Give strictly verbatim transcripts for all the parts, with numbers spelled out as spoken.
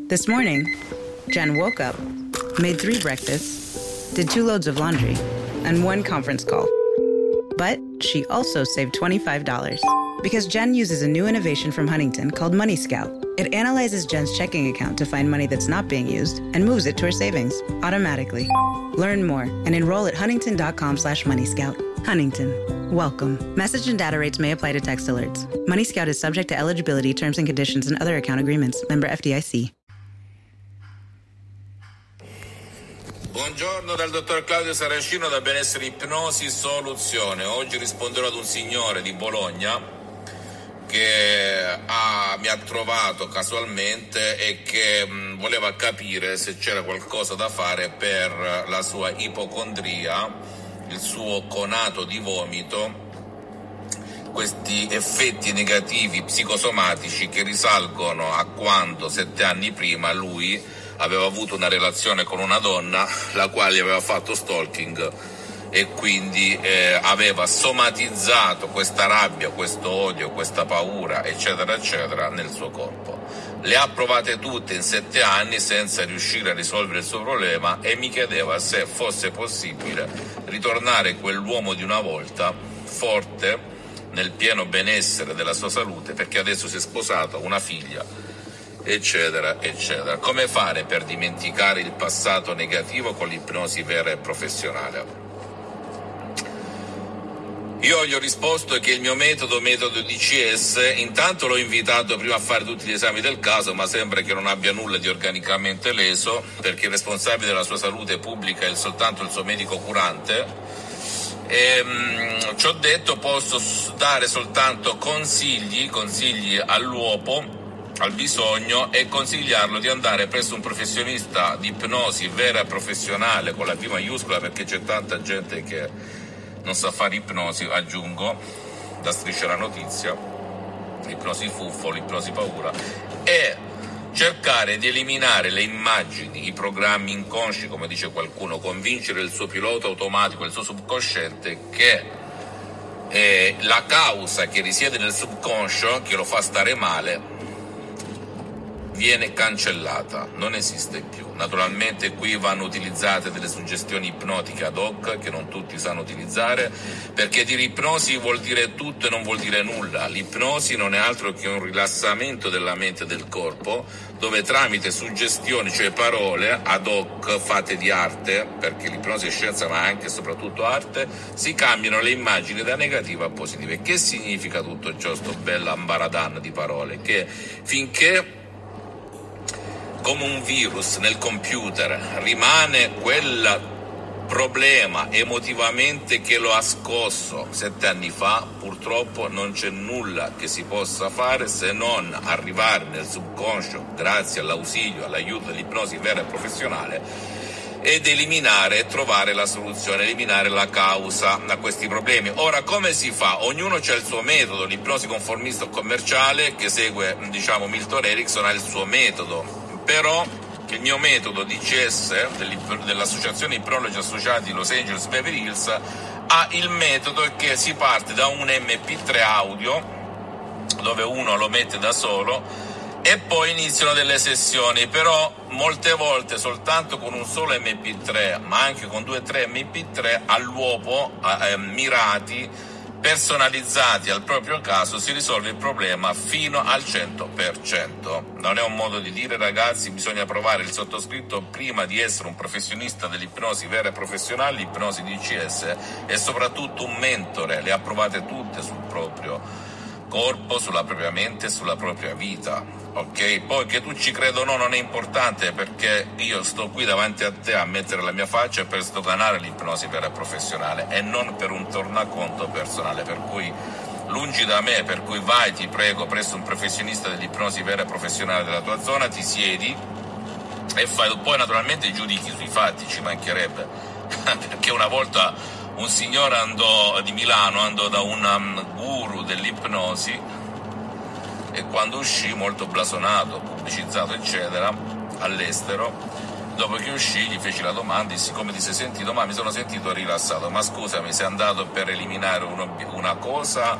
This morning, Jen woke up, made three breakfasts, did two loads of laundry, and one conference call. But she also saved twenty-five dollars because Jen uses a new innovation from Huntington called Money Scout. It analyzes Jen's checking account to find money that's not being used and moves it to her savings automatically. Learn more and enroll at huntington.com slash money scout. Huntington. Welcome. Message and data rates may apply to text alerts. Money Scout is subject to eligibility, terms and conditions, and other account agreements. Member F D I C. Buongiorno dal dottor Claudio Saracino da Benessere Ipnosi Soluzione. Oggi risponderò ad un signore di Bologna che ha, mi ha trovato casualmente e che mh, voleva capire se c'era qualcosa da fare per la sua ipocondria, il suo conato di vomito, questi effetti negativi psicosomatici che risalgono a quando sette anni prima lui aveva avuto una relazione con una donna la quale aveva fatto stalking e quindi eh, aveva somatizzato questa rabbia, questo odio, questa paura, eccetera, eccetera, nel suo corpo. Le ha provate tutte in sette anni senza riuscire a risolvere il suo problema e mi chiedeva se fosse possibile ritornare quell'uomo di una volta, forte, nel pieno benessere della sua salute, perché adesso si è sposato, ha una figlia, eccetera, eccetera. Come fare per dimenticare il passato negativo con l'ipnosi vera e professionale? Io gli ho risposto che il mio metodo, metodo D C S, intanto l'ho invitato prima a fare tutti gli esami del caso, ma sembra che non abbia nulla di organicamente leso, perché il responsabile della sua salute pubblica è soltanto il suo medico curante. E, mh, ci ho detto posso dare soltanto consigli, consigli all'uopo, al bisogno, e consigliarlo di andare presso un professionista di ipnosi vera e professionale con la P maiuscola, perché c'è tanta gente che non sa fare ipnosi, aggiungo, da Striscia la Notizia, l'ipnosi fuffo, l'ipnosi paura, e cercare di eliminare le immagini, i programmi inconsci, come dice qualcuno, convincere il suo pilota automatico, il suo subconsciente, che eh, la causa che risiede nel subconscio, che lo fa stare male, viene cancellata, non esiste più. Naturalmente qui vanno utilizzate delle suggestioni ipnotiche ad hoc che non tutti sanno utilizzare, perché dire ipnosi vuol dire tutto e non vuol dire nulla. L'ipnosi non è altro che un rilassamento della mente e del corpo, dove tramite suggestioni, cioè parole ad hoc fatte di arte, perché l'ipnosi è scienza ma anche e soprattutto arte, si cambiano le immagini da negative a positive. Che significa tutto ciò, sto bella ambaradan di parole? Che finché come un virus nel computer rimane quel problema emotivamente che lo ha scosso sette anni fa, purtroppo non c'è nulla che si possa fare se non arrivare nel subconscio, grazie all'ausilio, all'aiuto dell'ipnosi vera e professionale, ed eliminare e trovare la soluzione, eliminare la causa a questi problemi. Ora, come si fa? Ognuno ha il suo metodo. L'ipnosi conformista o commerciale, che segue, diciamo, Milton Erickson, ha il suo metodo. Però il mio metodo D C S dell'Associazione Ipnologi Associati Los Angeles Beverly Hills ha il metodo che si parte da un M P tre audio dove uno lo mette da solo e poi iniziano delle sessioni, però molte volte soltanto con un solo M P tre, ma anche con due o tre M P tre all'uopo, eh, mirati, personalizzati al proprio caso, si risolve il problema fino al cento per cento. Non è un modo di dire, ragazzi, bisogna provare il sottoscritto prima di essere un professionista dell'ipnosi vera e professionale, l'ipnosi D C S, e soprattutto un mentore. Le ha provate tutte sul proprio corpo, sulla propria mente, sulla propria vita. Ok, poi che tu ci creda o no non è importante, perché io sto qui davanti a te a mettere la mia faccia per sdoganare l'ipnosi vera e professionale e non per un tornaconto personale, per cui lungi da me, per cui vai, ti prego, presso un professionista dell'ipnosi vera e professionale della tua zona, ti siedi e fai, poi naturalmente giudichi sui fatti, ci mancherebbe, perché una volta un signore andò di Milano, andò da un um, guru dell'ipnosi, e quando uscì, molto blasonato, pubblicizzato eccetera, all'estero, dopo che uscì gli feci la domanda, dissi: come ti sei sentito? Ma mi sono sentito rilassato. Ma scusami, sei andato per eliminare uno, una cosa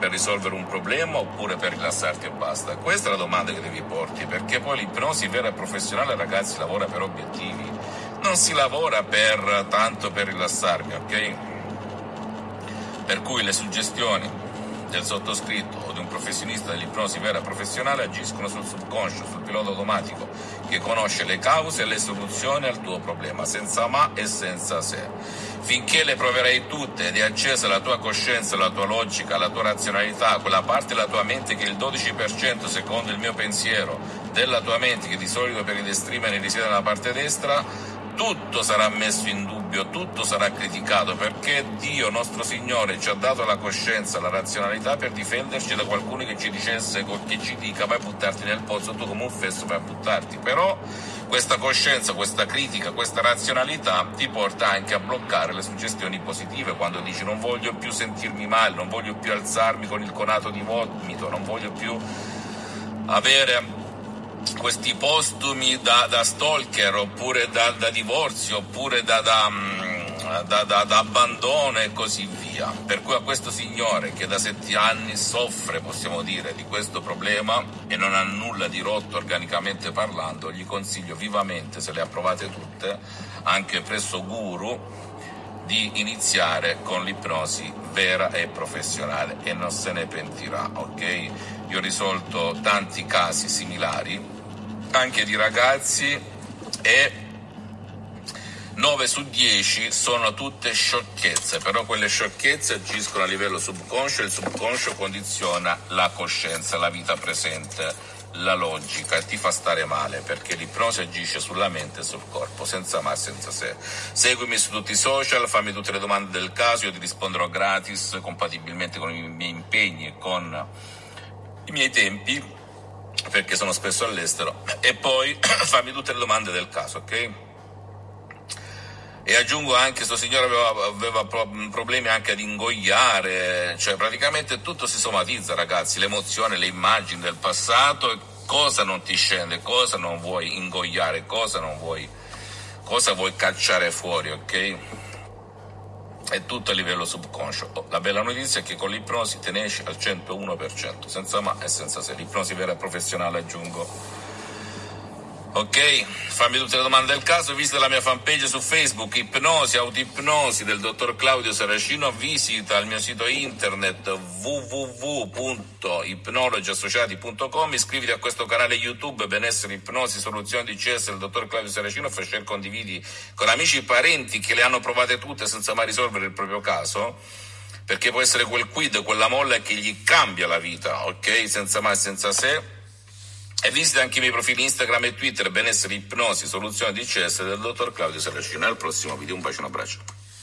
per risolvere un problema oppure per rilassarti e basta? Questa è la domanda che devi porti, perché poi l'ipnosi vera e professionale, ragazzi, lavora per obiettivi, non si lavora per tanto per rilassarmi, ok? Per cui le suggestioni del sottoscritto o di un professionista dell'ipnosi vera e professionale agiscono sul subconscio, sul pilota automatico che conosce le cause e le soluzioni al tuo problema, senza ma e senza se. Finché le proverai tutte ed è accesa la tua coscienza, la tua logica, la tua razionalità, quella parte della tua mente che è il dodici per cento, secondo il mio pensiero, della tua mente, che di solito per i destrimeni risiede nella parte destra, tutto sarà messo in dubbio, tutto sarà criticato, perché Dio, nostro Signore, ci ha dato la coscienza, la razionalità per difenderci da qualcuno che ci dicesse, che ci dica vai a buttarti nel pozzo, tu come un fesso vai a buttarti. Però questa coscienza, questa critica, questa razionalità ti porta anche a bloccare le suggestioni positive, quando dici non voglio più sentirmi male, non voglio più alzarmi con il conato di vomito, non voglio più avere questi postumi da, da stalker, oppure da, da divorzio, oppure da, da, da, da, da abbandono e così via. Per cui a questo signore che da sette anni soffre, possiamo dire, di questo problema e non ha nulla di rotto organicamente parlando, gli consiglio vivamente, se le ha provate tutte, anche presso Guru, di iniziare con l'ipnosi vera e professionale e non se ne pentirà, ok? Io ho risolto tanti casi similari anche di ragazzi e nove su dieci sono tutte sciocchezze, però quelle sciocchezze agiscono a livello subconscio e il subconscio condiziona la coscienza, la vita presente, la logica, e ti fa stare male, perché l'ipnosi agisce sulla mente e sul corpo, senza ma e senza se. Seguimi su tutti i social, fammi tutte le domande del caso, io ti risponderò gratis, compatibilmente con i miei impegni e con i miei tempi, perché sono spesso all'estero, e poi fammi tutte le domande del caso, ok? E aggiungo anche, sto signore aveva, aveva problemi anche ad ingoiare, cioè praticamente tutto si somatizza, ragazzi, l'emozione, le immagini del passato, cosa non ti scende, cosa non vuoi ingoiare, cosa non vuoi, cosa vuoi cacciare fuori, ok? È tutto a livello subconscio. La bella notizia è che con l'ipnosi te ne esci al centouno per cento, senza ma e senza se. L'ipnosi vera e professionale, aggiungo. Ok, fammi tutte le domande del caso, visita la mia fanpage su Facebook, Ipnosi, Autoipnosi del dottor Claudio Saracino, visita il mio sito internet w w w punto ipnologi associati punto com, iscriviti a questo canale YouTube Benessere Ipnosi Soluzioni D C S del dottor Claudio Saracino, fai share, condividi con amici e parenti che le hanno provate tutte senza mai risolvere il proprio caso, perché può essere quel quid, quella molla che gli cambia la vita, ok, senza ma e senza se. E visita anche i miei profili Instagram e Twitter, Benessere Ipnosi Soluzioni D C S del dottor Claudio Saracino. Al prossimo video, un bacio e un abbraccio.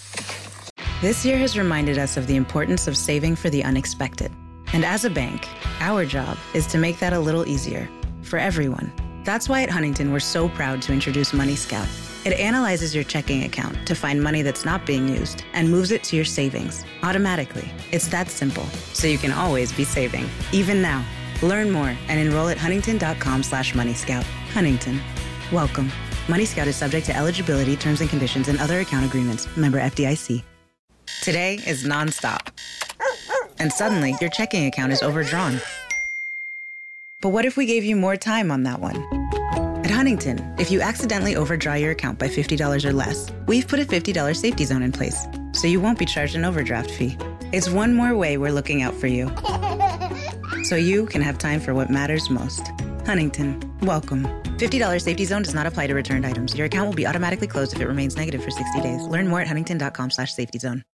This year has reminded us of the importance of saving for the unexpected. And as a bank, our job is to make that a little easier for everyone. That's why at Huntington we're so proud to introduce Money Scout. It analyzes your checking account to find money that's not being used and moves it to your savings automatically. It's that simple, so you can always be saving, even now. Learn more and enroll at huntington.com slash moneyscout. Huntington. Welcome. Money Scout is subject to eligibility, terms and conditions, and other account agreements. Member F D I C. Today is nonstop. And suddenly, your checking account is overdrawn. But what if we gave you more time on that one? At Huntington, if you accidentally overdraw your account by fifty dollars or less, we've put a fifty dollars safety zone in place, so you won't be charged an overdraft fee. It's one more way we're looking out for you, so you can have time for what matters most. Huntington, welcome. fifty dollars safety zone does not apply to returned items. Your account will be automatically closed if it remains negative for sixty days. Learn more at huntington.com slash safety zone.